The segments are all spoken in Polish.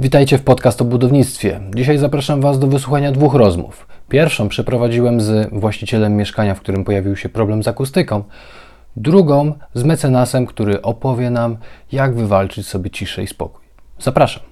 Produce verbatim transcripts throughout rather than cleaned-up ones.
Witajcie w podcast o budownictwie. Dzisiaj zapraszam Was do wysłuchania dwóch rozmów. Pierwszą przeprowadziłem z właścicielem mieszkania, w którym pojawił się problem z akustyką. Drugą z mecenasem, który opowie nam, jak wywalczyć sobie ciszę i spokój. Zapraszam.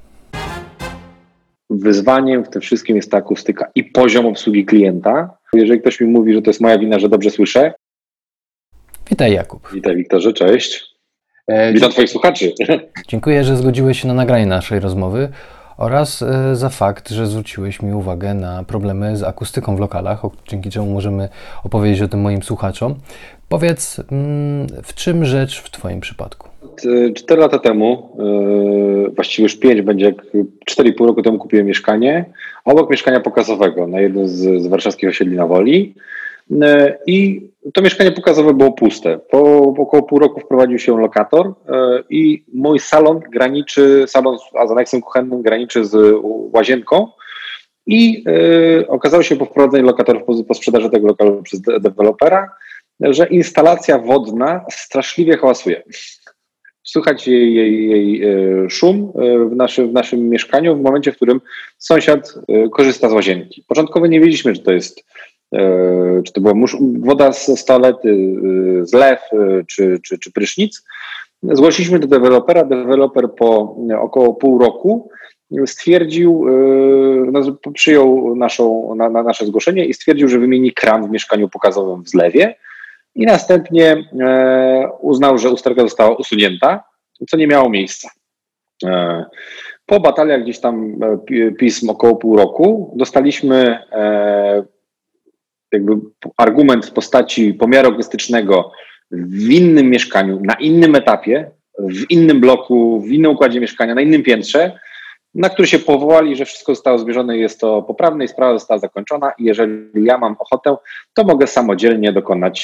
Wyzwaniem w tym wszystkim jest ta akustyka i poziom obsługi klienta. Jeżeli ktoś mi mówi, że to jest moja wina, że dobrze słyszę. Witaj, Jakub. Witaj, Wiktorze, cześć. E, Witam Twoich słuchaczy. Dziękuję, że zgodziłeś się na nagranie naszej rozmowy oraz e, za fakt, że zwróciłeś mi uwagę na problemy z akustyką w lokalach, o, dzięki czemu możemy opowiedzieć o tym moim słuchaczom. Powiedz, mm, w czym rzecz w Twoim przypadku? Cztery lata temu, yy, właściwie już pięć, będzie jak cztery i pół roku temu kupiłem mieszkanie obok mieszkania pokazowego na jednym z, z warszawskich osiedli na Woli. Yy, I to mieszkanie pokazowe było puste. Po, po około pół roku wprowadził się lokator yy, i mój salon graniczy, salon z aneksem kuchennym graniczy z łazienką. I yy, okazało się po wprowadzeniu lokatorów, po, po sprzedaży tego lokalu przez de- dewelopera, że instalacja wodna straszliwie hałasuje. Słychać jej, jej, jej szum w naszym, w naszym mieszkaniu w momencie, w którym sąsiad korzysta z łazienki. Początkowo nie wiedzieliśmy, czy to jest, czy to była woda z toalety, zlew, czy, czy, czy prysznic. Zgłosiliśmy do dewelopera. Deweloper po około pół roku stwierdził, przyjął naszą, na, na nasze zgłoszenie i stwierdził, że wymieni kran w mieszkaniu pokazowym w zlewie. I następnie e, uznał, że usterka została usunięta, co nie miało miejsca. E, po bataliach gdzieś tam e, pism około pół roku dostaliśmy e, jakby argument w postaci pomiaru akustycznego w innym mieszkaniu, na innym etapie, w innym bloku, w innym układzie mieszkania, na innym piętrze, na który się powołali, że wszystko zostało zmierzone i jest to poprawne i sprawa została zakończona i jeżeli ja mam ochotę, to mogę samodzielnie dokonać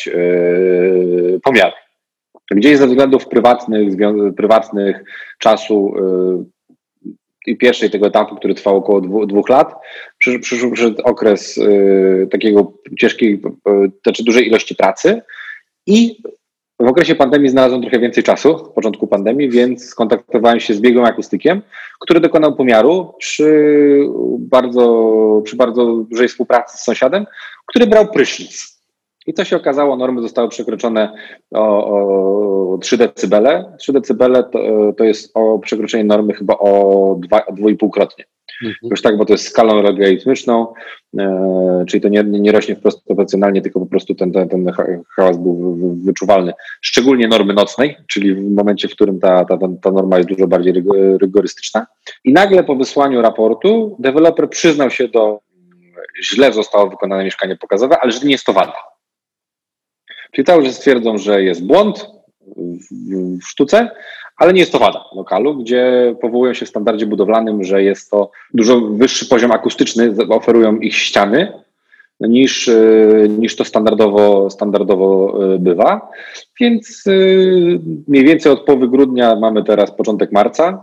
yy, pomiaru. Gdzieś ze względów prywatnych, zwią- prywatnych czasu yy, i pierwszej tego etapu, który trwał około dwu, dwóch lat, przyszedł, przyszedł, przyszedł okres yy, takiego ciężkiej, yy, znaczy dużej ilości pracy i w okresie pandemii znalazłem trochę więcej czasu, w początku pandemii, więc skontaktowałem się z biegłym akustykiem, który dokonał pomiaru przy bardzo, przy bardzo dużej współpracy z sąsiadem, który brał prysznic. I co się okazało, normy zostały przekroczone o, o trzy decybele. trzy decybele to, to jest o przekroczenie normy chyba o dwa i pół krotnie. Mhm. Już tak, bo to jest skalą logarytmiczną, e, czyli to nie, nie rośnie wprost proporcjonalnie, tylko po prostu ten, ten, ten hałas był wyczuwalny. Szczególnie normy nocnej, czyli w momencie, w którym ta, ta, ta norma jest dużo bardziej rygorystyczna. I nagle po wysłaniu raportu deweloper przyznał się do, źle zostało wykonane mieszkanie pokazowe, ale że nie jest to wada. Czyli to, że stwierdzą, że jest błąd w, w sztuce, ale nie jest to wada lokalu, gdzie powołują się w standardzie budowlanym, że jest to dużo wyższy poziom akustyczny, oferują ich ściany niż, niż to standardowo, standardowo bywa. Więc mniej więcej od połowy grudnia mamy teraz początek marca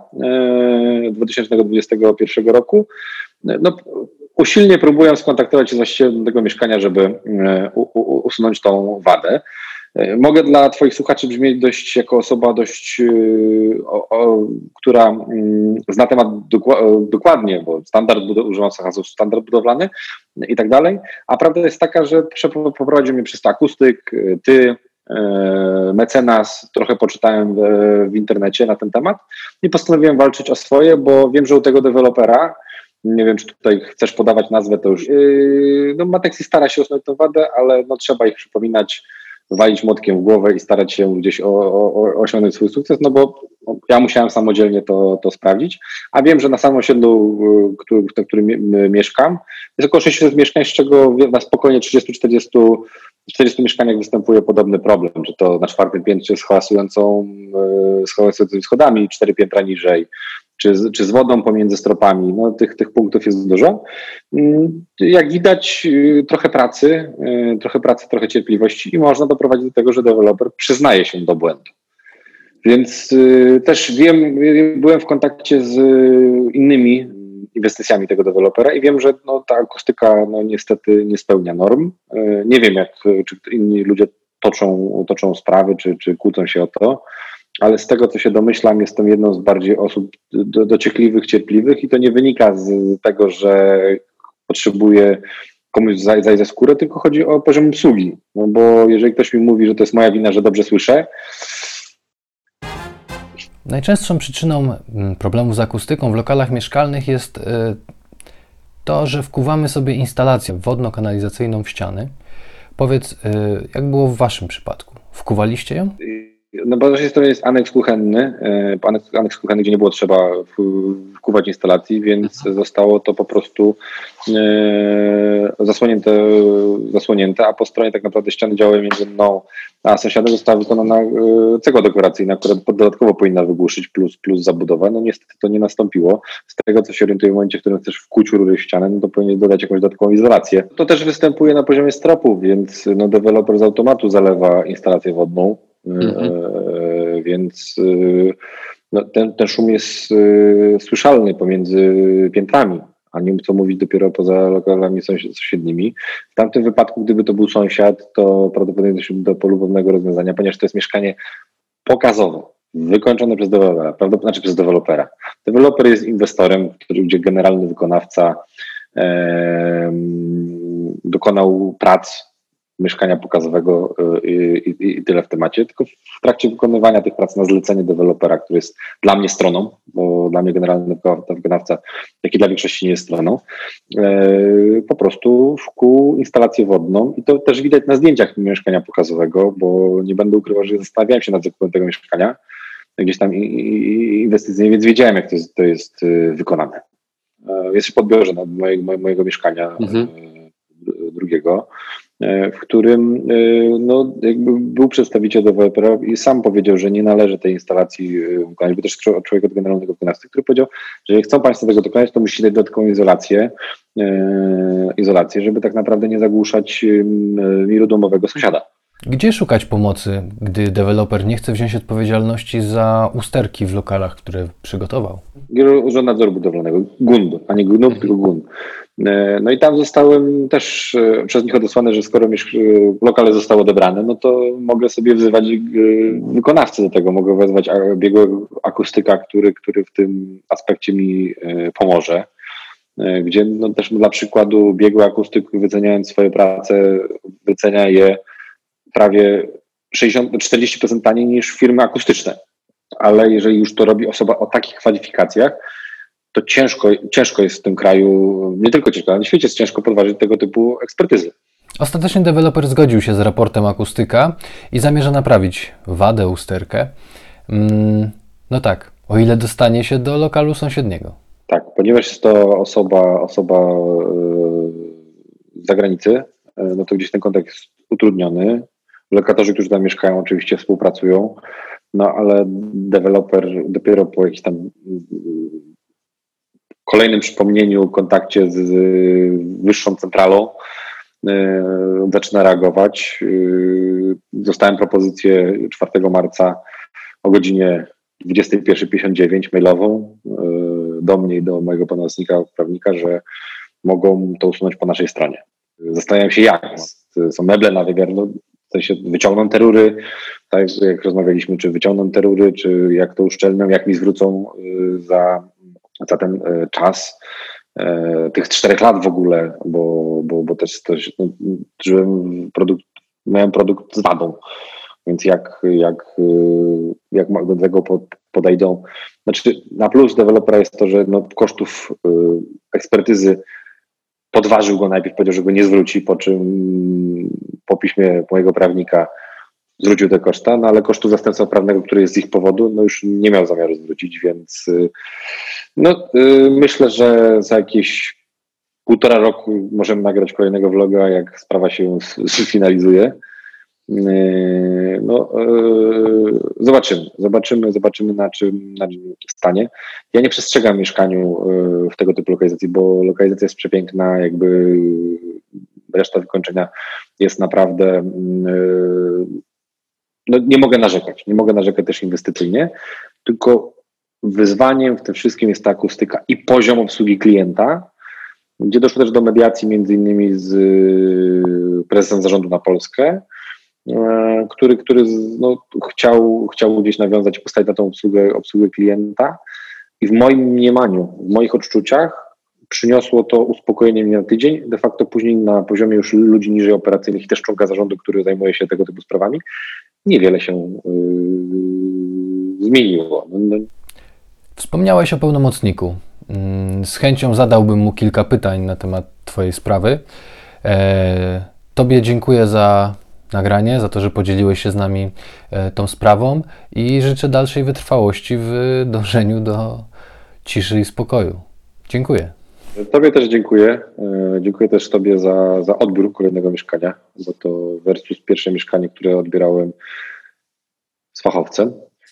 dwa tysiące dwudziestego pierwszego roku. No, usilnie próbuję skontaktować się z właścicielem tego mieszkania, żeby u, u, usunąć tą wadę. Mogę dla Twoich słuchaczy brzmieć dość jako osoba dość, o, o, która mm, zna temat doku- dokładnie, bo standard, używam hasła standard budowlany i tak dalej, a prawda jest taka, że poprowadził mnie przez to akustyk, ty, mecenas, trochę poczytałem w, w internecie na ten temat i postanowiłem walczyć o swoje, bo wiem, że u tego dewelopera, nie wiem, czy tutaj chcesz podawać nazwę, to już yy, no Matexi stara się usunąć tę wadę, ale no trzeba ich przypominać, walić młotkiem w głowę i starać się gdzieś o, o, o osiągnąć swój sukces, no bo ja musiałem samodzielnie to, to sprawdzić, a wiem, że na samym osiedlu, który, w którym mieszkam, jest około sześćset mieszkań, z czego na spokojnie trzydzieści czterdzieści czterdziestu mieszkaniach występuje podobny problem, że to na czwartym piętrze z hałasującą, z hałasującymi schodami, cztery piętra niżej, czy z, czy z wodą pomiędzy stropami. No, tych, tych punktów jest dużo. Jak widać, trochę pracy, trochę pracy, trochę cierpliwości i można doprowadzić do tego, że deweloper przyznaje się do błędu. Więc y, też wiem, byłem w kontakcie z innymi inwestycjami tego dewelopera i wiem, że no, ta akustyka no, niestety nie spełnia norm. Y, nie wiem, jak czy inni ludzie toczą, toczą sprawy, czy, czy kłócą się o to. ale z tego, co się domyślam, jestem jedną z bardziej osób do, dociekliwych, cierpliwych i to nie wynika z tego, że potrzebuję komuś zajść za skórę, tylko chodzi o poziom obsługi. No bo jeżeli ktoś mi mówi, że to jest moja wina, że dobrze słyszę. Najczęstszą przyczyną problemu z akustyką w lokalach mieszkalnych jest to, że wkuwamy sobie instalację wodno-kanalizacyjną w ściany. Powiedz, jak było w waszym przypadku? Wkuwaliście ją? No bo z naszej strony jest aneks kuchenny, aneks, aneks kuchenny, gdzie nie było trzeba wkuwać instalacji, więc zostało to po prostu zasłonięte, zasłonięte, a po stronie tak naprawdę ściany działały między mną a sąsiadem została wykonana cegła dekoracyjna, która dodatkowo powinna wygłuszyć plus, plus zabudowa. No niestety to nie nastąpiło. Z tego, co się orientuję, w momencie, w którym chcesz wkuć rury w ścianę, no to powinien dodać jakąś dodatkową izolację. To też występuje na poziomie stropów, więc no deweloper z automatu zalewa instalację wodną. Mhm. E, więc no, ten, ten szum jest e, słyszalny pomiędzy piętrami, a nie co mówić dopiero poza lokalami sąsiednimi. W tamtym wypadku, gdyby to był sąsiad, to prawdopodobnie doszło do polubownego rozwiązania, ponieważ to jest mieszkanie pokazowe, wykończone przez dewelopera, prawdopodobnie znaczy przez dewelopera. Deweloper jest inwestorem, który, gdzie generalny wykonawca e, dokonał prac mieszkania pokazowego i, i, i tyle w temacie, tylko w trakcie wykonywania tych prac na zlecenie dewelopera, który jest dla mnie stroną, bo dla mnie generalny wykonawca, jak i dla większości nie jest stroną, e, po prostu wkuł instalację wodną i to też widać na zdjęciach mieszkania pokazowego, bo nie będę ukrywał, że zastanawiałem się nad zakupem tego mieszkania gdzieś tam inwestycyjnie, więc wiedziałem, jak to jest, to jest wykonane. E, jest w podbiorze mojego, mojego mieszkania mhm. e, drugiego, w którym no, jakby był przedstawiciel dewelopera i sam powiedział, że nie należy tej instalacji wykonać, bo też człowiek od generalnego wykonawcy, który powiedział, że jak chcą Państwo tego dokonać, to musicie dać dodatkową izolację, izolację, żeby tak naprawdę nie zagłuszać miru domowego sąsiada. Gdzie szukać pomocy, gdy deweloper nie chce wziąć odpowiedzialności za usterki w lokalach, które przygotował? Urząd Nadzoru Budowlanego, G U N, a nie G U N-ów, tylko G U N. No i tam zostałem też przez nich odesłany, że skoro lokale zostały odebrane, no to mogę sobie wzywać wykonawcę do tego, mogę wezwać biegłego akustyka, który, który w tym aspekcie mi pomoże. Gdzie no też dla przykładu biegły akustyk, wyceniając swoje prace, wycenia je prawie sześćdziesiąt czterdzieści procent taniej niż firmy akustyczne. Ale jeżeli już to robi osoba o takich kwalifikacjach, to ciężko, ciężko jest w tym kraju, nie tylko ciężko, ale na świecie jest ciężko podważyć tego typu ekspertyzy. Ostatecznie deweloper zgodził się z raportem akustyka i zamierza naprawić wadę, usterkę. No tak, o ile dostanie się do lokalu sąsiedniego. Tak, ponieważ jest to osoba, osoba z zagranicy, no to gdzieś ten kontakt jest utrudniony. Lokatorzy, którzy tam mieszkają, oczywiście współpracują, no ale deweloper dopiero po jakimś tam kolejnym przypomnieniu, kontakcie z wyższą centralą yy, zaczyna reagować. Yy, dostałem propozycję czwartego marca o godzinie dwudziesta pierwsza pięćdziesiąt dziewięć mailową yy, do mnie i do mojego pełnomocnika, prawnika, że mogą to usunąć po naszej stronie. Zastanawiam się jak. Są meble na wymiar, no, w sensie wyciągną te rury, tak jak rozmawialiśmy, czy wyciągną te rury, czy jak to uszczelnią, jak mi zwrócą yy, za za ten czas e, tych czterech lat w ogóle, bo, bo, bo też, też no, żyłem produkt, miałem produkt z wadą, więc jak, jak, jak do tego podejdą. Znaczy na plus dewelopera jest to, że no, kosztów ekspertyzy podważył go najpierw, powiedział, że go nie zwróci, po czym po piśmie mojego prawnika zwrócił te koszta, no ale kosztu zastępstwa prawnego, który jest z ich powodu, no już nie miał zamiaru zwrócić, więc no, myślę, że za jakieś półtora roku możemy nagrać kolejnego vloga, jak sprawa się sfinalizuje. No, zobaczymy, zobaczymy, zobaczymy na czym, na czym stanie. Ja nie przestrzegam mieszkaniu w tego typu lokalizacji, bo lokalizacja jest przepiękna, jakby reszta wykończenia jest naprawdę, no nie mogę narzekać, nie mogę narzekać też inwestycyjnie, tylko wyzwaniem w tym wszystkim jest ta akustyka i poziom obsługi klienta, gdzie doszło też do mediacji między innymi z prezesem zarządu na Polskę, który, który no, chciał, chciał gdzieś nawiązać, postawić na tą obsługę, obsługę klienta i w moim mniemaniu, w moich odczuciach przyniosło to uspokojenie mnie na tydzień. De facto później na poziomie już ludzi niżej operacyjnych i też członka zarządu, który zajmuje się tego typu sprawami, niewiele się yy, zmieniło. No, Wspomniałeś o pełnomocniku. Z chęcią zadałbym mu kilka pytań na temat Twojej sprawy. Tobie dziękuję za nagranie, za to, że podzieliłeś się z nami tą sprawą i życzę dalszej wytrwałości w dążeniu do ciszy i spokoju. Dziękuję. Tobie też dziękuję. Dziękuję też Tobie za, za odbiór kolejnego mieszkania, za to versus pierwsze mieszkanie, które odbierałem z fachowcem.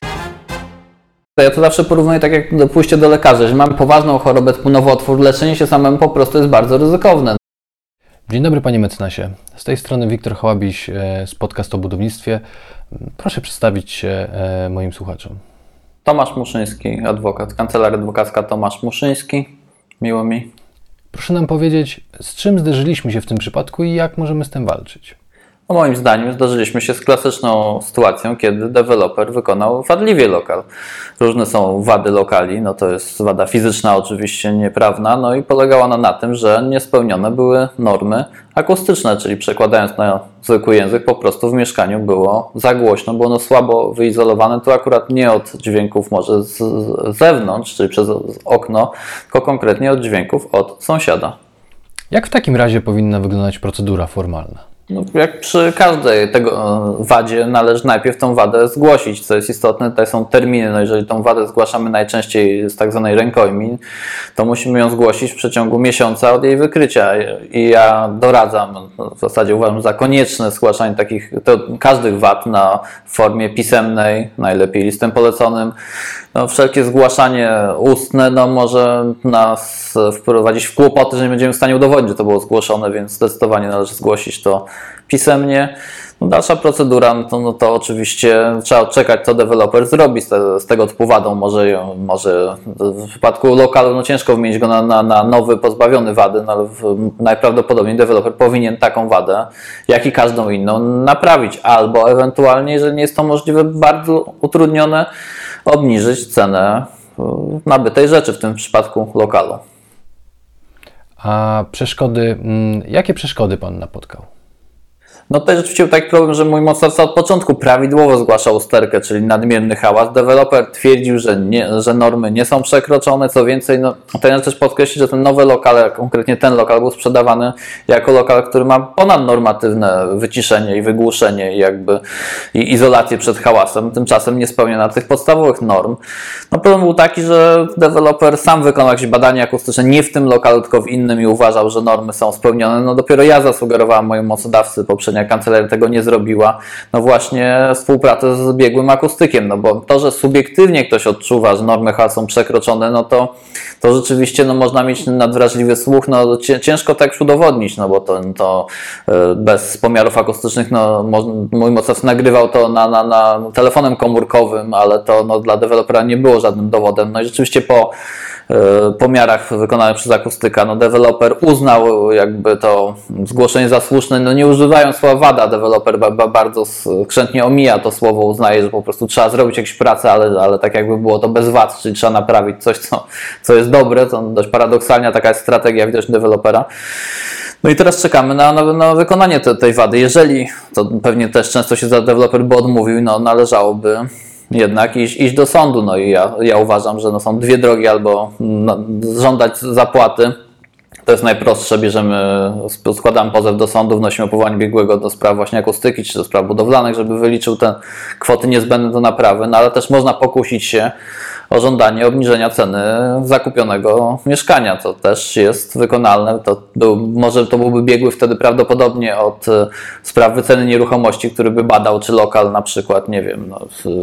Ja to zawsze porównuję tak jak do pójścia do lekarza. Jeżeli mamy poważną chorobę typu nowotwór, leczenie się samemu po prostu jest bardzo ryzykowne. Dzień dobry panie mecenasie. Z tej strony Wiktor Hałabiś z podcastu o budownictwie. Proszę przedstawić się moim słuchaczom. Tomasz Muszyński, adwokat. Kancelaria adwokacka Tomasz Muszyński. Miło mi. Proszę nam powiedzieć, z czym zderzyliśmy się w tym przypadku i jak możemy z tym walczyć? No moim zdaniem zdarzyliśmy się z klasyczną sytuacją, kiedy deweloper wykonał wadliwie lokal. Różne są wady lokali, no to jest wada fizyczna oczywiście, nieprawna, no i polegała ona na tym, że niespełnione były normy akustyczne, czyli przekładając na zwykły język, po prostu w mieszkaniu było za głośno, było ono słabo wyizolowane, to akurat nie od dźwięków może z zewnątrz, czyli przez okno, tylko konkretnie od dźwięków od sąsiada. Jak w takim razie powinna wyglądać procedura formalna? No, jak przy każdej tego wadzie należy najpierw tą wadę zgłosić, co jest istotne. Tutaj są terminy, no jeżeli tą wadę zgłaszamy najczęściej z tak zwanej rękojmi, to musimy ją zgłosić w przeciągu miesiąca od jej wykrycia i ja doradzam, w zasadzie uważam za konieczne zgłaszanie takich, to, każdych wad na formie pisemnej, najlepiej listem poleconym. No, wszelkie zgłaszanie ustne no, może nas wprowadzić w kłopoty, że nie będziemy w stanie udowodnić, że to było zgłoszone, więc zdecydowanie należy zgłosić to pisemnie. No, dalsza procedura, no to, no to oczywiście trzeba czekać, co deweloper zrobi z, te, z tego typu wadą. Może, ją, może w przypadku lokalu no, ciężko wymienić go na, na, na nowy, pozbawiony wady, no, ale w, najprawdopodobniej deweloper powinien taką wadę, jak i każdą inną, naprawić. Albo ewentualnie, jeżeli nie jest to możliwe, bardzo utrudnione, obniżyć cenę nabytej rzeczy, w tym przypadku lokalu. A przeszkody, jakie przeszkody Pan napotkał? No tutaj rzeczywiście był taki problem, że mój mocodawca od początku prawidłowo zgłaszał usterkę, czyli nadmierny hałas. Deweloper twierdził, że, nie, że normy nie są przekroczone. Co więcej, no, to też podkreślić, że ten nowy lokal, konkretnie ten lokal był sprzedawany jako lokal, który ma ponadnormatywne wyciszenie i wygłuszenie i jakby i izolację przed hałasem. Tymczasem nie spełnia tych podstawowych norm. No problem był taki, że deweloper sam wykonał jakieś badania akustyczne nie w tym lokalu, tylko w innym i uważał, że normy są spełnione. No dopiero ja zasugerowałem mojemu mocodawcy poprzednio, kancelaria tego nie zrobiła, no właśnie współpracę z biegłym akustykiem, no bo to, że subiektywnie ktoś odczuwa, że normy H są przekroczone, no to, to rzeczywiście no można mieć nadwrażliwy słuch, no ciężko tak udowodnić, no bo to, to bez pomiarów akustycznych, no mój mocodawca nagrywał to na, na, na telefonem komórkowym, ale to no, dla dewelopera nie było żadnym dowodem, no i rzeczywiście po pomiarach wykonanych przez akustyka, no deweloper uznał jakby to zgłoszenie za słuszne, no nie używając słowa wada, deweloper ba, ba, bardzo skrzętnie omija to słowo, uznaje, że po prostu trzeba zrobić jakieś pracę, ale, ale tak jakby było to bez wad, czyli trzeba naprawić coś, co, co jest dobre, to dość paradoksalnie taka jest strategia widocznie dewelopera. No i teraz czekamy na, na, na wykonanie te, tej wady. Jeżeli, to pewnie też często się deweloper by odmówił, no należałoby jednak iść, iść do sądu. No i ja, ja uważam, że no są dwie drogi, albo no, żądać zapłaty. To jest najprostsze, bierzemy, składamy pozew do sądu, wnosimy o powołanie biegłego do spraw właśnie akustyki czy do spraw budowlanych, żeby wyliczył te kwoty niezbędne do naprawy, no ale też można pokusić się o żądanie obniżenia ceny zakupionego mieszkania, co też jest wykonalne. To był, może to byłby biegły wtedy prawdopodobnie od spraw wyceny nieruchomości, który by badał, czy lokal na przykład, nie wiem, no,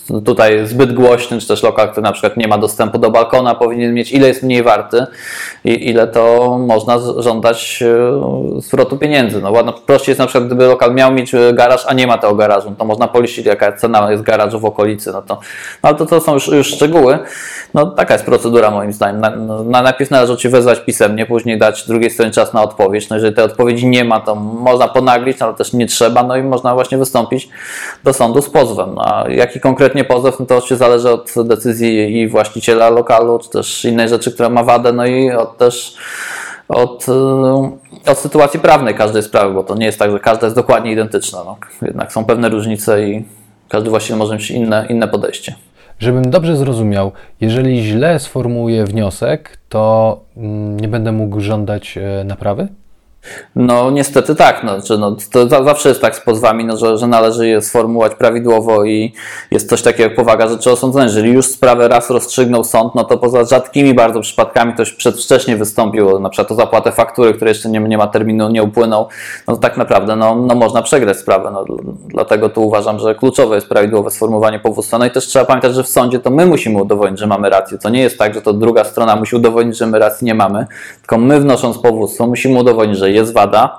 tutaj zbyt głośny, czy też lokal, który na przykład nie ma dostępu do balkona, powinien mieć, ile jest mniej warty i ile to można żądać zwrotu pieniędzy. No ładno, prościej jest na przykład, gdyby lokal miał mieć garaż, a nie ma tego garażu, to można policzyć, jaka cena jest garażu w okolicy, no to, no ale to, to są już, już szczegóły. No taka jest procedura moim zdaniem. Na, na, najpierw należy oczywiście wezwać pisemnie, później dać drugiej stronie czas na odpowiedź. No jeżeli tej odpowiedzi nie ma, to można ponaglić, no, ale też nie trzeba, no i można właśnie wystąpić do sądu z pozwem. No, a jaki konkretnie pozew, no to oczywiście zależy od decyzji i właściciela lokalu, czy też innej rzeczy, która ma wadę, no i od też od, od sytuacji prawnej każdej sprawy, bo to nie jest tak, że każda jest dokładnie identyczna. No, jednak są pewne różnice i każdy właściciel może mieć inne, inne podejście. Żebym dobrze zrozumiał, jeżeli źle sformułuję wniosek, to nie będę mógł żądać naprawy? No niestety tak, no, czy no, to zawsze jest tak z pozwami, no, że, że należy je sformułować prawidłowo i jest coś takiego jak powaga rzeczy osądzonej. Jeżeli już sprawę raz rozstrzygnął sąd, no to poza rzadkimi bardzo przypadkami ktoś przedwcześnie wystąpił, na przykład o zapłatę faktury, która jeszcze nie, nie ma terminu, nie upłynął, no to tak naprawdę no, no można przegrać sprawę. No, dlatego tu uważam, że kluczowe jest prawidłowe sformułowanie powództwa. No i też trzeba pamiętać, że w sądzie to my musimy udowodnić, że mamy rację. To nie jest tak, że to druga strona musi udowodnić, że my racji nie mamy, tylko my wnosząc powództwo musimy udowodnić, że jest wada,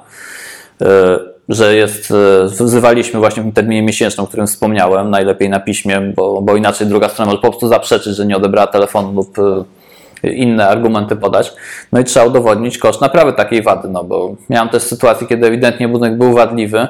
że jest, wzywaliśmy właśnie w tym terminie miesięcznym, o którym wspomniałem, najlepiej na piśmie, bo, bo inaczej druga strona może po prostu zaprzeczyć, że nie odebrała telefonu lub inne argumenty podać. No i trzeba udowodnić koszt naprawy takiej wady, no bo miałem też sytuację, kiedy ewidentnie budynek był wadliwy.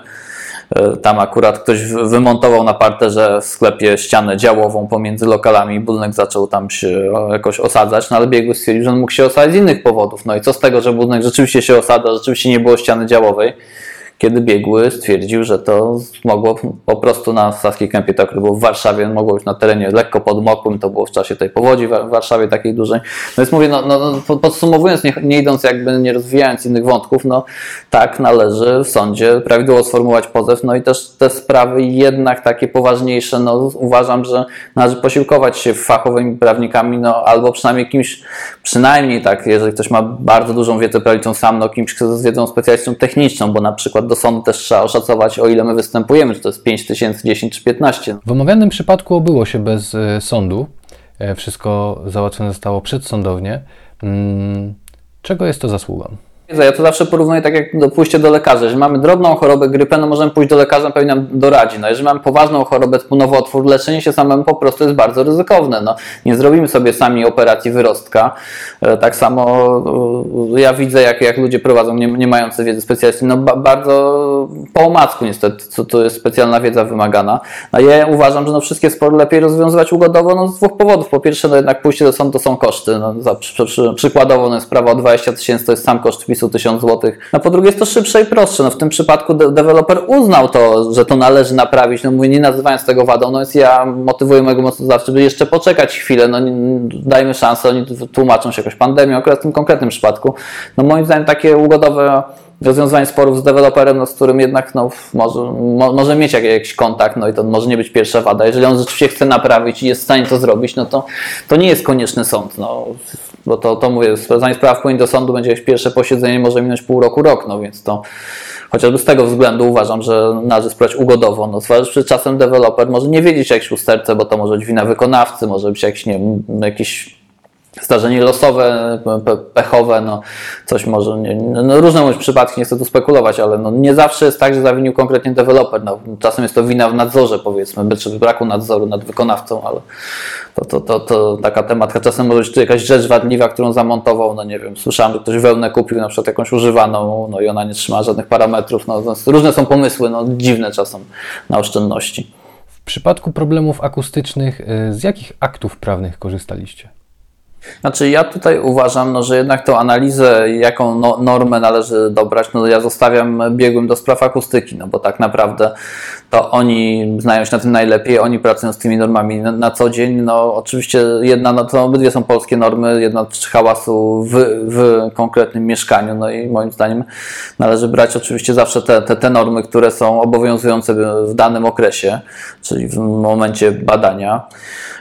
Tam akurat ktoś wymontował na parterze w sklepie ścianę działową pomiędzy lokalami i budynek zaczął tam się jakoś osadzać, no ale biegły stwierdził, że on mógł się osadzić z innych powodów. No i co z tego, że budynek rzeczywiście się osadza, rzeczywiście nie było ściany działowej, kiedy biegły stwierdził, że to mogło po prostu na Saskiej Kępie, tak, który był w Warszawie, mogło być na terenie lekko podmokłym, to było w czasie tej powodzi w Warszawie takiej dużej. No więc mówię, no, no, podsumowując, nie, nie idąc jakby, nie rozwijając innych wątków, no tak należy w sądzie prawidłowo sformułować pozew, no i też te sprawy jednak takie poważniejsze, no uważam, że należy posiłkować się fachowymi prawnikami, no albo przynajmniej kimś, przynajmniej tak, jeżeli ktoś ma bardzo dużą wiedzę prawniczą sam, no kimś z wiedzą specjalistyczną techniczną, bo na przykład do sądu też trzeba oszacować, o ile my występujemy, czy to jest pięć tysięcy, dziesięć czy piętnaście. W omawianym przypadku obyło się bez y, sądu. E, wszystko załatwione zostało przedsądownie. Hmm, czego jest to zasługą? Ja to zawsze porównuję tak jak do pójście do lekarza. Jeżeli mamy drobną chorobę, grypę, no możemy pójść do lekarza, pewnie nam doradzi. No jeżeli mamy poważną chorobę typu nowotwór, leczenie się samemu po prostu jest bardzo ryzykowne. No, nie zrobimy sobie sami operacji wyrostka. Tak samo ja widzę, jak, jak ludzie prowadzą, nie, nie mający wiedzy specjaliści, no ba, bardzo po omacku niestety, co to jest specjalna wiedza wymagana. A ja uważam, że no wszystkie spory lepiej rozwiązywać ugodowo, no z dwóch powodów. Po pierwsze, no jednak pójście do sądu to są koszty. No, za, przy, przy, przykładowo no jest sprawa o dwadzieścia tysięcy, to jest sam koszt wpisu tysiąc złotych. No po drugie jest to szybsze i prostsze. No w tym przypadku de- deweloper uznał to, że to należy naprawić. No mówię, nie nazywając tego wadą, no więc ja motywuję mojego mocodawcę, żeby jeszcze poczekać chwilę, no dajmy szansę, oni tłumaczą się jakoś pandemią, akurat w tym konkretnym przypadku. No moim zdaniem takie ugodowe rozwiązanie sporów z deweloperem, no, z którym jednak no, może, mo, może mieć jak, jakiś kontakt, no i to może nie być pierwsza wada. Jeżeli on rzeczywiście chce naprawić i jest w stanie to zrobić, no to, to nie jest konieczny sąd, no, bo to, to mówię, sprawdzanie spraw wpłynie do sądu, będzie jakieś pierwsze posiedzenie, może minąć pół roku, rok, no więc to chociażby z tego względu uważam, że należy sprawdzić ugodowo, no zważywszy, że czasem deweloper może nie wiedzieć jakieś usterce, bo to może być wina wykonawcy, może być jakiś, nie wiem, jakiś zdarzenie losowe, pechowe, no coś może, nie, no różne może przypadki, nie chcę tu spekulować, ale no nie zawsze jest tak, że zawinił konkretnie deweloper, no czasem jest to wina w nadzorze powiedzmy, czy braku nadzoru nad wykonawcą, ale to, to, to, to taka tematka, czasem może być tu jakaś rzecz wadliwa, którą zamontował, no nie wiem, słyszałem, że ktoś wełnę kupił, na przykład jakąś używaną, no i ona nie trzyma żadnych parametrów, no różne są pomysły, no dziwne czasem na oszczędności. W przypadku problemów akustycznych, z jakich aktów prawnych korzystaliście? Znaczy ja tutaj uważam, no, że jednak tą analizę, jaką no, normę należy dobrać, no ja zostawiam biegłym do spraw akustyki, no bo tak naprawdę to oni znają się na tym najlepiej, oni pracują z tymi normami na, na co dzień. No oczywiście jedna, no to obydwie są polskie normy, jedna dotyczy hałasu w, w konkretnym mieszkaniu, no i moim zdaniem należy brać oczywiście zawsze te, te, te normy, które są obowiązujące w danym okresie, czyli w momencie badania.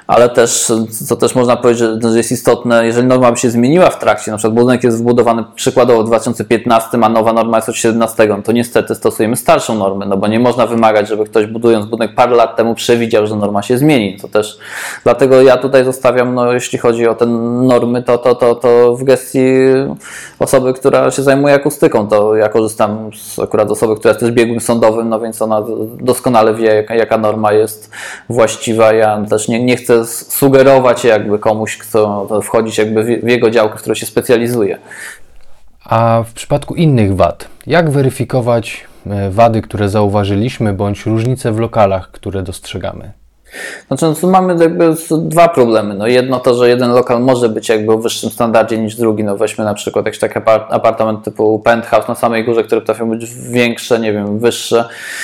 ale też, co też można powiedzieć, że jest istotne, jeżeli norma by się zmieniła w trakcie, na przykład budynek jest wbudowany przykładowo w dwa tysiące piętnastym, a nowa norma jest od siedemnastego, no to niestety stosujemy starszą normę, no bo nie można wymagać, żeby ktoś budując budynek parę lat temu przewidział, że norma się zmieni. To też, dlatego ja tutaj zostawiam, no jeśli chodzi o te normy, to, to, to, to w gestii osoby, która się zajmuje akustyką. To ja korzystam z akurat osoby, która jest też biegłym sądowym, no więc ona doskonale wie, jaka, jaka norma jest właściwa. Ja też nie, nie chcę sugerować jakby komuś, kto wchodzić jakby w jego działkę, w której się specjalizuje. A w przypadku innych wad, jak weryfikować wady, które zauważyliśmy, bądź różnice w lokalach, które dostrzegamy? Znaczy, no tu mamy jakby dwa problemy. No jedno to, że jeden lokal może być jakby o wyższym standardzie niż drugi. No weźmy na przykład jakiś taki apartament typu penthouse na samej górze, które potrafią być większe, nie wiem, wyższe.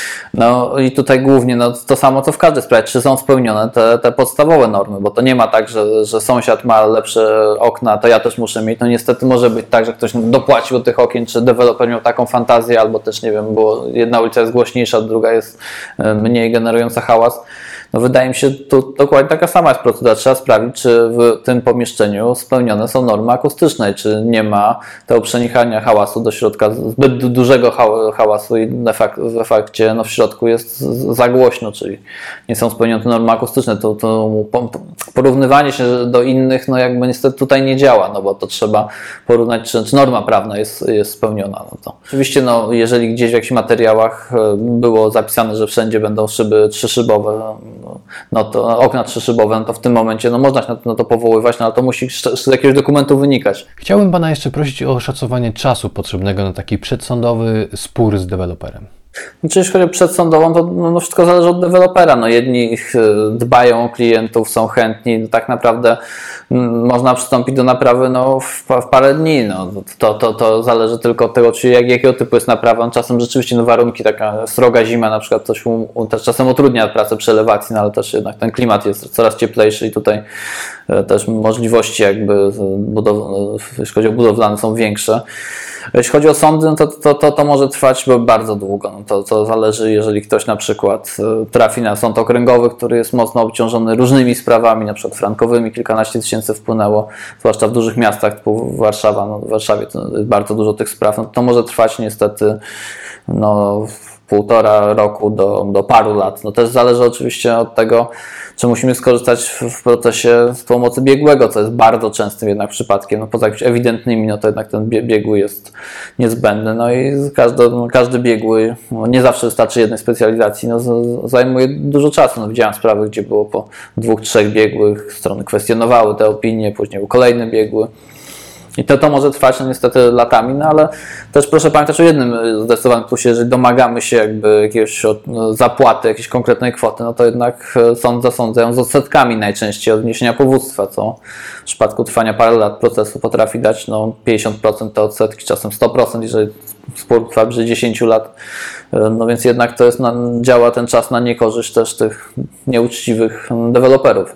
No i tutaj głównie no, to samo co w każdej sprawie, czy są spełnione te, te podstawowe normy, bo to nie ma tak, że, że sąsiad ma lepsze okna, to ja też muszę mieć. No niestety może być tak, że ktoś dopłacił do tych okien, czy deweloper miał taką fantazję, albo też nie wiem, bo jedna ulica jest głośniejsza, druga jest mniej generująca hałas. No wydaje mi się, tu dokładnie taka sama jest procedura. Trzeba sprawdzić, czy w tym pomieszczeniu spełnione są normy akustyczne, czy nie ma tego przenikania hałasu do środka, zbyt dużego hałasu i w efekcie no w środku jest za głośno, czyli nie są spełnione normy akustyczne. To, to porównywanie się do innych, no jakby niestety tutaj nie działa, no bo to trzeba porównać, czy, czy norma prawna jest, jest spełniona. No to. Oczywiście, no, jeżeli gdzieś w jakichś materiałach było zapisane, że wszędzie będą szyby trzyszybowe, no to okna trzyszybowe, no to w tym momencie no można się na to, na to powoływać, no ale to musi z jakiegoś dokumentu wynikać. Chciałbym Pana jeszcze prosić o oszacowanie czasu potrzebnego na taki przedsądowy spór z deweloperem. Znaczy, jeśli chodzi o przedsądową, to no, wszystko zależy od dewelopera. No, jedni dbają o klientów, są chętni, no, tak naprawdę m, można przystąpić do naprawy no, w, w parę dni. No. To, to, to zależy tylko od tego, czy jak, jakiego typu jest naprawa. No, czasem rzeczywiście no, warunki, taka sroga zima na przykład, coś um, też czasem utrudnia pracę przy elewacji, no, ale też jednak ten klimat jest coraz cieplejszy i tutaj e, też możliwości jakby budow- jeśli chodzi o budowlane są większe. Jeśli chodzi o sądy, no to, to, to, to może trwać bardzo długo. No to, to zależy, jeżeli ktoś na przykład trafi na sąd okręgowy, który jest mocno obciążony różnymi sprawami, na przykład frankowymi, kilkanaście tysięcy wpłynęło, zwłaszcza w dużych miastach typu Warszawa, no w Warszawie to jest bardzo dużo tych spraw, no to może trwać niestety no, półtora roku do, do paru lat. No też zależy oczywiście od tego, czy musimy skorzystać w, w procesie z pomocy biegłego, co jest bardzo częstym jednak przypadkiem. No poza jakimiś ewidentnymi, no to jednak ten biegły jest niezbędny. No i każdy, no każdy biegły, no nie zawsze wystarczy jednej specjalizacji, no z, zajmuje dużo czasu. No widziałem sprawy, gdzie było po dwóch, trzech biegłych, strony kwestionowały te opinie, później był kolejny biegły. I to, to może trwać no, niestety latami, no ale też proszę pamiętać o jednym zdecydowanym plusie, jeżeli domagamy się jakby jakiegoś zapłaty, jakiejś konkretnej kwoty, no to jednak sąd zasądzają z odsetkami najczęściej od wniesienia powództwa, co w przypadku trwania parę lat procesu potrafi dać no, pięćdziesiąt procent te odsetki, czasem sto procent, jeżeli spór trwa bliżej dziesięć lat. No więc jednak to jest na, działa ten czas na niekorzyść też tych nieuczciwych deweloperów.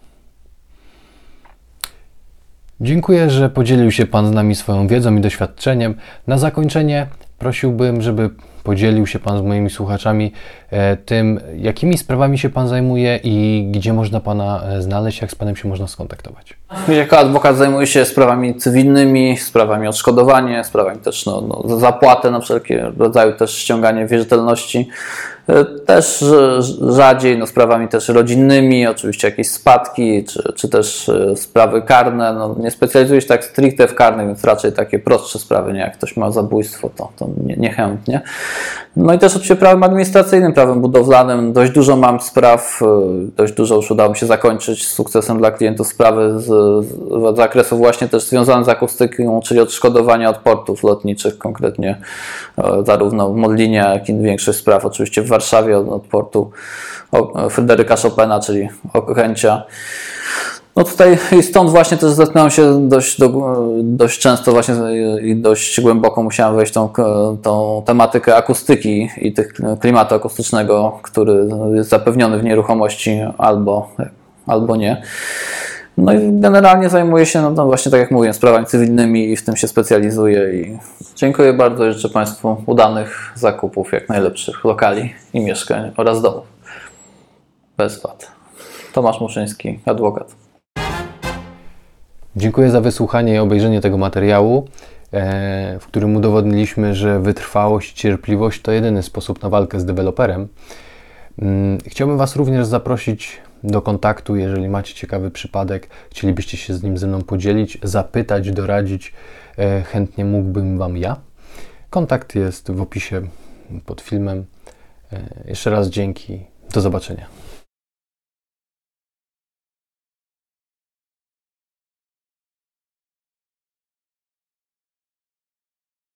Dziękuję, że podzielił się Pan z nami swoją wiedzą i doświadczeniem. Na zakończenie prosiłbym, żeby podzielił się Pan z moimi słuchaczami e, tym, jakimi sprawami się Pan zajmuje i gdzie można Pana znaleźć, jak z Panem się można skontaktować. Jako adwokat zajmuję się sprawami cywilnymi, sprawami odszkodowania, sprawami też no, no, zapłatę na wszelkie rodzaju też ściąganie wierzytelności. Też rzadziej no, sprawami też rodzinnymi, oczywiście jakieś spadki, czy, czy też sprawy karne. No, nie specjalizuję się tak stricte w karnych, więc raczej takie prostsze sprawy, nie jak ktoś ma zabójstwo, to, to nie, niechętnie. No i też oczywiście prawem administracyjnym, prawem budowlanym. Dość dużo mam spraw, dość dużo już udało mi się zakończyć z sukcesem dla klientów sprawy z, z zakresu właśnie też związane z akustyką, czyli odszkodowania od portów lotniczych, konkretnie zarówno w Modlinie, jak i większość spraw oczywiście w Warszawie od, od portu Fryderyka Chopina, czyli Okęcia. No tutaj i stąd właśnie też zetknąłem się dość, do, dość często właśnie i dość głęboko musiałem wejść w tą, tą tematykę akustyki i tych klimatu akustycznego, który jest zapewniony w nieruchomości albo, albo nie. No i generalnie zajmuję się, no, no właśnie tak jak mówiłem, sprawami cywilnymi i w tym się specjalizuję i dziękuję bardzo i życzę Państwu udanych zakupów, jak najlepszych lokali i mieszkań oraz domów. Bez wad. Tomasz Muszyński, adwokat. Dziękuję za wysłuchanie i obejrzenie tego materiału, w którym udowodniliśmy, że wytrwałość i cierpliwość to jedyny sposób na walkę z deweloperem. Chciałbym Was również zaprosić do kontaktu, jeżeli macie ciekawy przypadek, chcielibyście się z nim ze mną podzielić, zapytać, doradzić, chętnie mógłbym Wam ja. Kontakt jest w opisie pod filmem. Jeszcze raz dzięki, do zobaczenia.